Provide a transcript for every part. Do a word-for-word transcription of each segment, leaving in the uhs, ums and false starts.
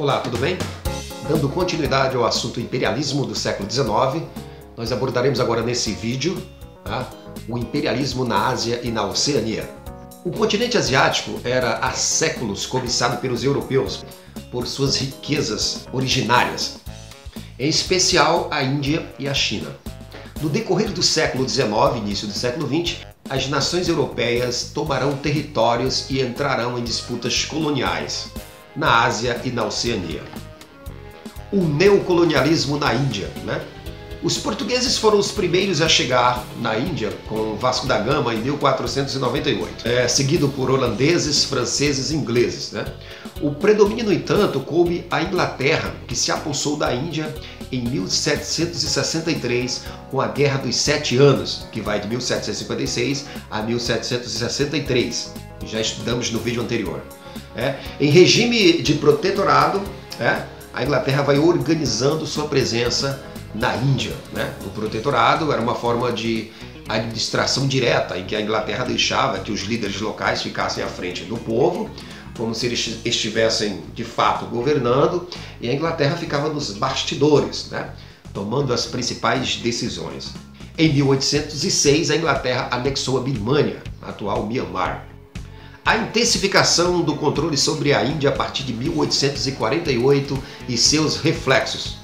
Olá, tudo bem? Dando continuidade ao assunto imperialismo do século dezenove, nós abordaremos agora nesse vídeo tá, o imperialismo na Ásia e na Oceania. O continente asiático era há séculos cobiçado pelos europeus por suas riquezas originárias, em especial a Índia e a China. No decorrer do século dezenove e início do século vinte, as nações europeias tomarão territórios e entrarão em disputas coloniais na Ásia e na Oceania. O neocolonialismo na Índia, né? Os portugueses foram os primeiros a chegar na Índia com Vasco da Gama em mil quatrocentos e noventa e oito, é, seguido por holandeses, franceses e ingleses, né? O predomínio, no entanto, coube à Inglaterra, que se apossou da Índia em mil setecentos e sessenta e três com a Guerra dos Sete Anos, que vai de mil setecentos e cinquenta e seis a mil setecentos e sessenta e três, que já estudamos no vídeo anterior. É, em regime de protetorado, é, a Inglaterra vai organizando sua presença na Índia, né? O protetorado era uma forma de administração direta em que a Inglaterra deixava que os líderes locais ficassem à frente do povo, como se eles estivessem de fato governando, e a Inglaterra ficava nos bastidores, né? Tomando as principais decisões. Em mil oitocentos e seis, a Inglaterra anexou a Birmânia, a atual Myanmar. A intensificação do controle sobre a Índia a partir de mil oitocentos e quarenta e oito e seus reflexos.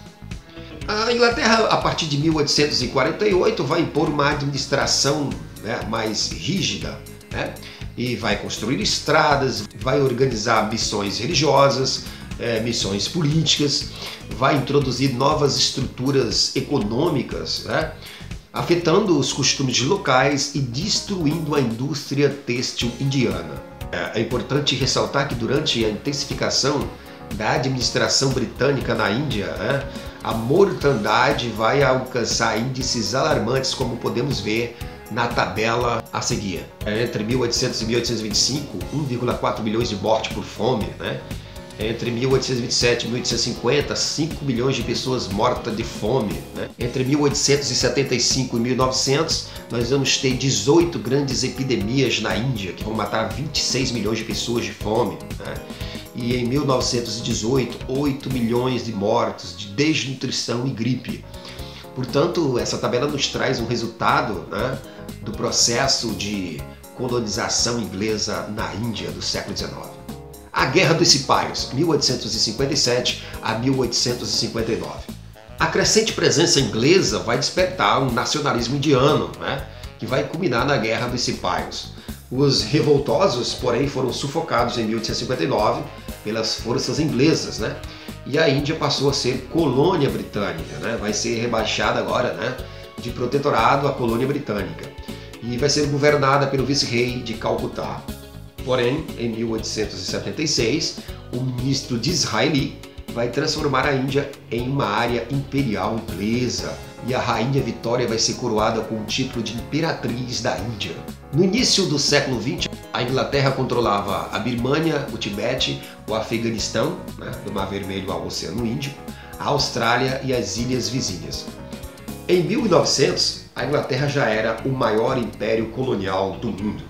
A Inglaterra, a partir de mil oitocentos e quarenta e oito, vai impor uma administração, né, mais rígida, né, e vai construir estradas, vai organizar missões religiosas, é, missões políticas, vai introduzir novas estruturas econômicas, né, afetando os costumes locais e destruindo a indústria têxtil indiana. É importante ressaltar que durante a intensificação da administração britânica na Índia, né, a mortandade vai alcançar índices alarmantes, como podemos ver na tabela a seguir. Entre mil e oitocentos e mil oitocentos e vinte e cinco, um vírgula quatro milhões de mortes por fome, né? Entre mil oitocentos e vinte e sete e mil oitocentos e cinquenta, cinco milhões de pessoas mortas de fome, né? Entre mil oitocentos e setenta e cinco e mil e novecentos, nós vamos ter dezoito grandes epidemias na Índia, que vão matar vinte e seis milhões de pessoas de fome, né? E em mil novecentos e dezoito, oito milhões de mortos de desnutrição e gripe. Portanto, essa tabela nos traz um resultado, né, do processo de colonização inglesa na Índia do século dezenove. A Guerra dos Cipaios, mil oitocentos e cinquenta e sete a mil oitocentos e cinquenta e nove. A crescente presença inglesa vai despertar um nacionalismo indiano, né, que vai culminar na Guerra dos Cipaios. Os revoltosos, porém, foram sufocados em mil oitocentos e cinquenta e nove pelas forças inglesas, né? E a Índia passou a ser colônia britânica, né? Vai ser rebaixada agora, né, de protetorado à colônia britânica. E vai ser governada pelo vice-rei de Calcutá. Porém, em mil oitocentos e setenta e seis, o ministro Disraeli vai transformar a Índia em uma área imperial inglesa, e a rainha Vitória vai ser coroada com o título de Imperatriz da Índia. No início do século vinte, a Inglaterra controlava a Birmânia, o Tibete, o Afeganistão, né, do Mar Vermelho ao Oceano Índico, a Austrália e as ilhas vizinhas. Em mil e novecentos, a Inglaterra já era o maior império colonial do mundo.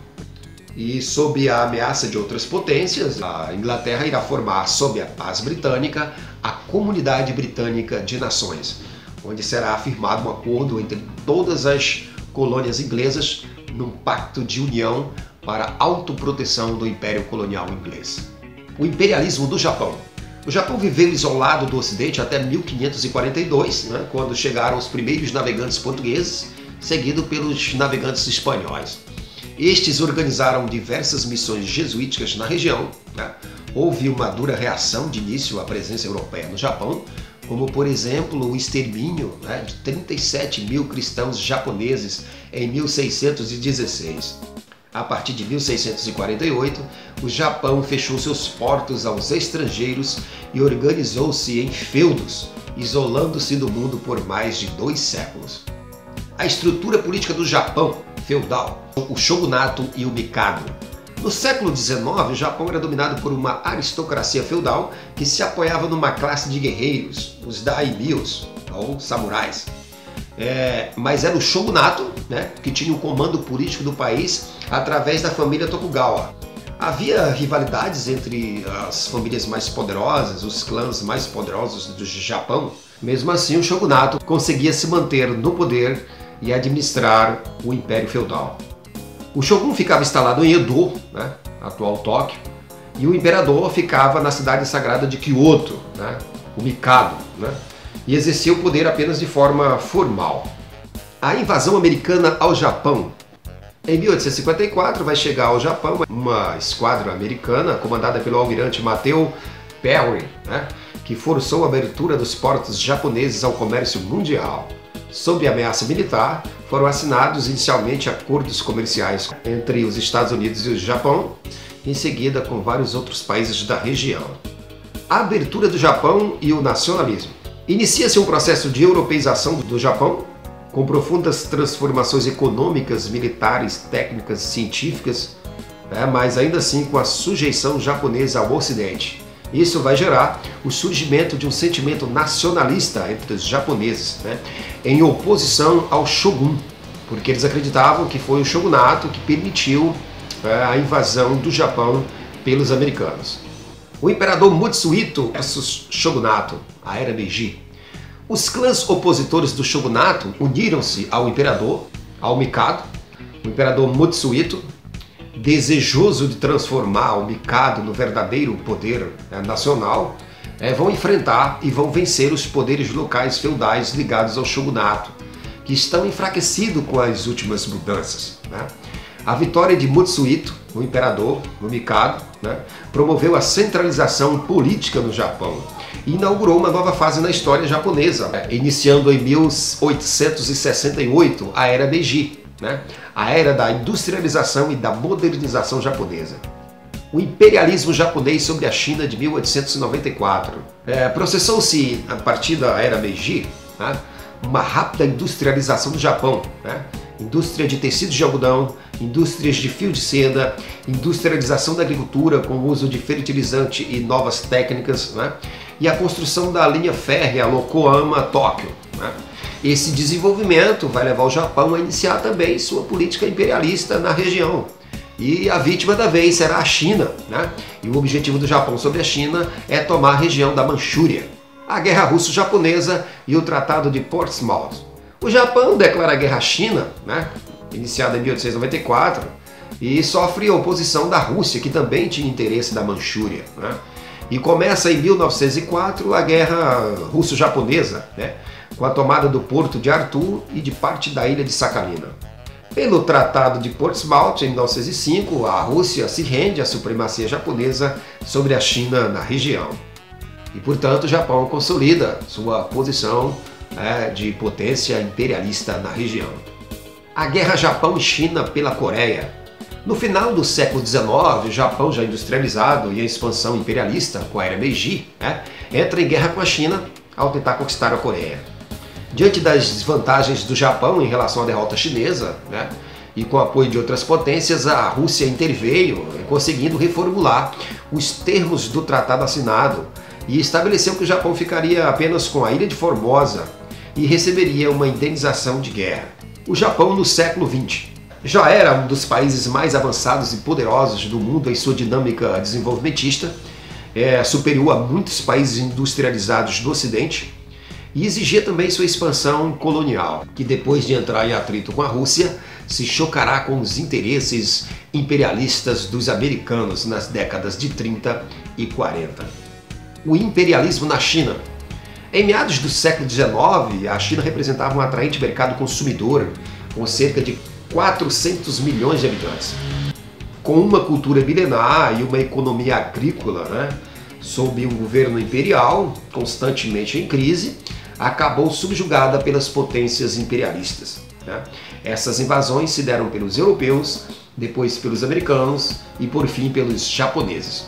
E sob a ameaça de outras potências, a Inglaterra irá formar, sob a paz britânica, a Comunidade Britânica de Nações, onde será afirmado um acordo entre todas as colônias inglesas num pacto de união para a autoproteção do Império Colonial Inglês. O imperialismo do Japão. O Japão viveu isolado do Ocidente até mil quinhentos e quarenta e dois, né, quando chegaram os primeiros navegantes portugueses, seguido pelos navegantes espanhóis. Estes organizaram diversas missões jesuíticas na região, né? Houve uma dura reação de início à presença europeia no Japão, como por exemplo o extermínio, né, de trinta e sete mil cristãos japoneses em mil seiscentos e dezesseis. A partir de mil seiscentos e quarenta e oito, o Japão fechou seus portos aos estrangeiros e organizou-se em feudos, isolando-se do mundo por mais de dois séculos. A estrutura política do Japão feudal, o shogunato e o mikado. No século dezenove, o Japão era dominado por uma aristocracia feudal que se apoiava numa classe de guerreiros, os daimyos, ou samurais. É, mas era o shogunato, né, que tinha o comando político do país através da família Tokugawa. Havia rivalidades entre as famílias mais poderosas, os clãs mais poderosos do Japão. Mesmo assim, o shogunato conseguia se manter no poder e administrar o Império Feudal. O shogun ficava instalado em Edo, né, atual Tóquio, e o imperador ficava na cidade sagrada de Kyoto, né, o Mikado, né, e exercia o poder apenas de forma formal. A invasão americana ao Japão. Em mil oitocentos e cinquenta e quatro vai chegar ao Japão uma esquadra americana comandada pelo almirante Matthew Perry, né, que forçou a abertura dos portos japoneses ao comércio mundial. Sob ameaça militar, foram assinados inicialmente acordos comerciais entre os Estados Unidos e o Japão, em seguida com vários outros países da região. A abertura do Japão e o nacionalismo. Inicia-se um processo de europeização do Japão, com profundas transformações econômicas, militares, técnicas, científicas, né, mas ainda assim com a sujeição japonesa ao Ocidente. Isso vai gerar o surgimento de um sentimento nacionalista entre os japoneses, né, em oposição ao shogun, porque eles acreditavam que foi o shogunato que permitiu é, a invasão do Japão pelos americanos. O imperador Mutsuhito versus shogunato, a era Meiji. Os clãs opositores do shogunato uniram-se ao imperador, ao Mikado. O imperador Mutsuhito, desejoso de transformar o Mikado no verdadeiro poder é, nacional, é, vão enfrentar e vão vencer os poderes locais feudais ligados ao shogunato, que estão enfraquecidos com as últimas mudanças, né? A vitória de Mutsuhito, o imperador, o Mikado, né, promoveu a centralização política no Japão e inaugurou uma nova fase na história japonesa, né, iniciando em mil oitocentos e sessenta e oito a Era Meiji, né, a era da industrialização e da modernização japonesa. O imperialismo japonês sobre a China de mil oitocentos e noventa e quatro. É, processou-se, a partir da Era Meiji, né, uma rápida industrialização do Japão, né? Indústria de tecidos de algodão, indústrias de fio de seda, industrialização da agricultura com o uso de fertilizante e novas técnicas, né? E a construção da linha férrea Yokohama-Tóquio, né? Esse desenvolvimento vai levar o Japão a iniciar também sua política imperialista na região. E a vítima da vez será a China, né? E o objetivo do Japão sobre a China é tomar a região da Manchúria. A Guerra Russo-Japonesa e o Tratado de Portsmouth. O Japão declara guerra à China, né, iniciada em mil oitocentos e noventa e quatro, e sofre a oposição da Rússia, que também tinha interesse na Manchúria, né? E começa em mil novecentos e quatro a Guerra Russo-Japonesa, né, com a tomada do porto de Artur e de parte da ilha de Sakhalina. Pelo Tratado de Portsmouth, em mil novecentos e cinco, a Rússia se rende à supremacia japonesa sobre a China na região. E, portanto, o Japão consolida sua posição É, de potência imperialista na região. A Guerra Japão e China pela Coreia. No final do século dezenove, o Japão, já industrializado e em expansão imperialista com a Era Meiji, né, entra em guerra com a China ao tentar conquistar a Coreia. Diante das desvantagens do Japão em relação à derrota chinesa, né, e com o apoio de outras potências, a Rússia interveio, conseguindo reformular os termos do tratado assinado e estabeleceu que o Japão ficaria apenas com a ilha de Formosa e receberia uma indenização de guerra. O Japão no século vinte. Já era um dos países mais avançados e poderosos do mundo em sua dinâmica desenvolvimentista, é, superior a muitos países industrializados do Ocidente, e exigia também sua expansão colonial, que depois de entrar em atrito com a Rússia, se chocará com os interesses imperialistas dos americanos nas décadas de trinta e quarenta. O imperialismo na China. Em meados do século dezenove, a China representava um atraente mercado consumidor, com cerca de quatrocentos milhões de habitantes. Com uma cultura milenar e uma economia agrícola, né, sob um governo imperial constantemente em crise, acabou subjugada pelas potências imperialistas, né? Essas invasões se deram pelos europeus, depois pelos americanos e por fim pelos japoneses.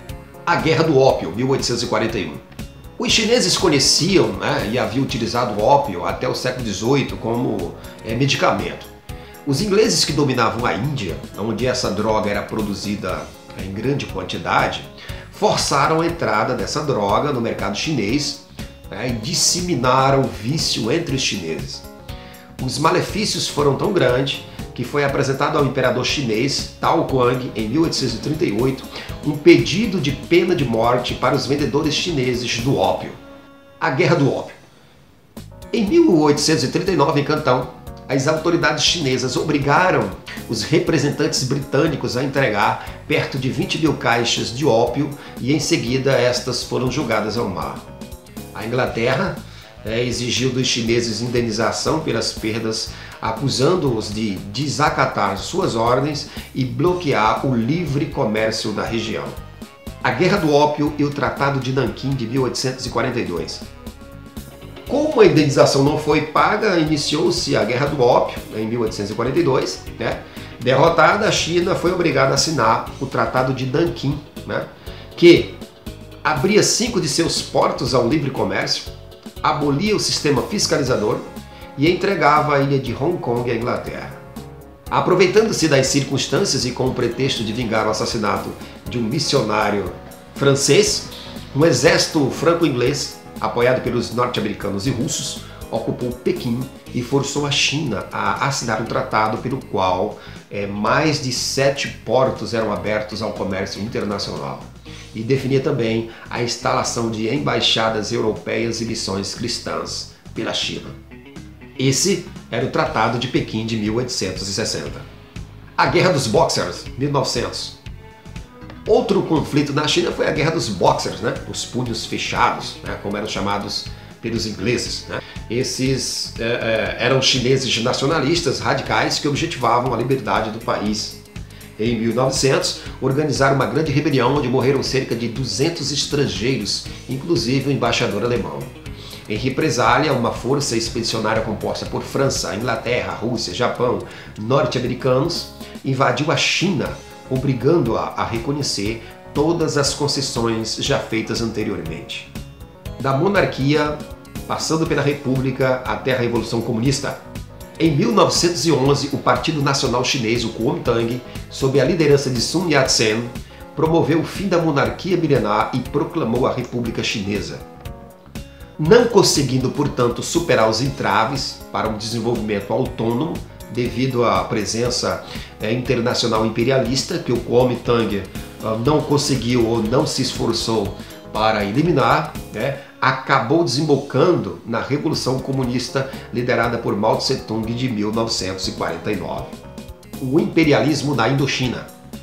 A Guerra do Ópio, mil oitocentos e quarenta e um. Os chineses conheciam, né, e haviam utilizado o ópio até o século dezoito como é, medicamento. Os ingleses que dominavam a Índia, onde essa droga era produzida em grande quantidade, forçaram a entrada dessa droga no mercado chinês, né, e disseminaram o vício entre os chineses. Os malefícios foram tão grandes que foi apresentado ao imperador chinês Tao Guang em mil oitocentos e trinta e oito um pedido de pena de morte para os vendedores chineses do ópio. A Guerra do Ópio. Em mil oitocentos e trinta e nove, em Cantão, as autoridades chinesas obrigaram os representantes britânicos a entregar perto de vinte mil caixas de ópio e em seguida estas foram jogadas ao mar. A Inglaterra é, exigiu dos chineses indenização pelas perdas, acusando-os de desacatar suas ordens e bloquear o livre comércio na região. A Guerra do Ópio e o Tratado de Nanquim de mil oitocentos e quarenta e dois. Como a indenização não foi paga, iniciou-se a Guerra do Ópio em mil oitocentos e quarenta e dois. Né? Derrotada, a China foi obrigada a assinar o Tratado de Nanquim, né? que abria cinco de seus portos ao livre comércio, abolia o sistema fiscalizador e entregava a ilha de Hong Kong à Inglaterra. Aproveitando-se das circunstâncias e com o pretexto de vingar o assassinato de um missionário francês, um exército franco-inglês, apoiado pelos norte-americanos e russos, ocupou Pequim e forçou a China a assinar um tratado pelo qual é, mais de sete portos eram abertos ao comércio internacional e definia também a instalação de embaixadas europeias e missões cristãs pela China. Esse era o Tratado de Pequim de mil oitocentos e sessenta. A Guerra dos Boxers, mil e novecentos. Outro conflito na China foi a Guerra dos Boxers, né? Os punhos fechados, né? Como eram chamados pelos ingleses. Né? Esses é, é, eram chineses nacionalistas radicais que objetivavam a liberdade do país. Em mil e novecentos, organizaram uma grande rebelião onde morreram cerca de duzentos estrangeiros, inclusive o embaixador alemão. Em represália, uma força expedicionária composta por França, Inglaterra, Rússia, Japão, norte-americanos invadiu a China, obrigando-a a reconhecer todas as concessões já feitas anteriormente. Da monarquia, passando pela República até a Revolução Comunista. Em mil novecentos e onze, o Partido Nacional Chinês, o Kuomintang, sob a liderança de Sun Yat-sen, promoveu o fim da monarquia milenar e proclamou a República Chinesa. Não conseguindo, portanto, superar os entraves para um desenvolvimento autônomo, devido à presença é, internacional imperialista que o Kuomintang uh, não conseguiu ou não se esforçou para eliminar, né, acabou desembocando na Revolução Comunista liderada por Mao Tse-tung de mil novecentos e quarenta e nove. O imperialismo na Indochina.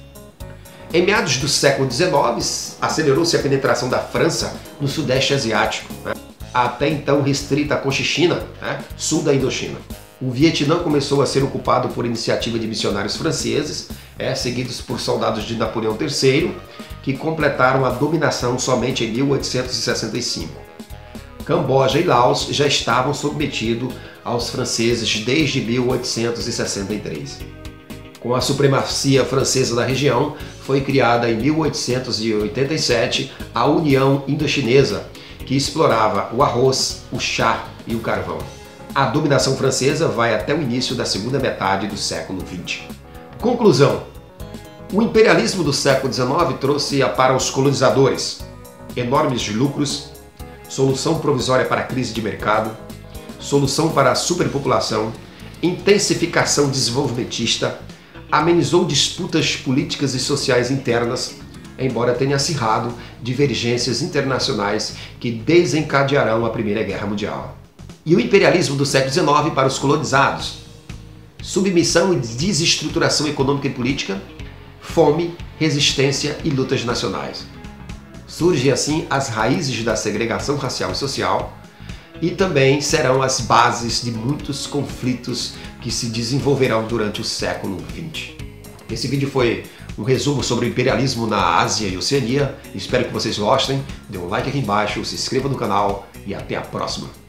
Em meados do século dezenove, acelerou-se a penetração da França no Sudeste Asiático, né, até então restrita à Cochinchina, né, sul da Indochina. O Vietnã começou a ser ocupado por iniciativa de missionários franceses, é, seguidos por soldados de Napoleão terceiro, que completaram a dominação somente em mil oitocentos e sessenta e cinco. Camboja e Laos já estavam submetidos aos franceses desde mil oitocentos e sessenta e três. Com a supremacia francesa na região, foi criada em mil oitocentos e oitenta e sete a União Indochinesa, que explorava o arroz, o chá e o carvão. A dominação francesa vai até o início da segunda metade do século vinte. Conclusão. O imperialismo do século dezenove trouxe para os colonizadores enormes lucros, solução provisória para a crise de mercado, solução para a superpopulação, intensificação desenvolvimentista, amenizou disputas políticas e sociais internas, embora tenha acirrado divergências internacionais que desencadearão a Primeira Guerra Mundial. E o imperialismo do século dezenove para os colonizados. Submissão e desestruturação econômica e política, fome, resistência e lutas nacionais. Surgem assim as raízes da segregação racial e social e também serão as bases de muitos conflitos que se desenvolverão durante o século vinte. Esse vídeo foi um resumo sobre o imperialismo na Ásia e Oceania. Espero que vocês gostem. Dê um like aqui embaixo, se inscreva no canal e até a próxima.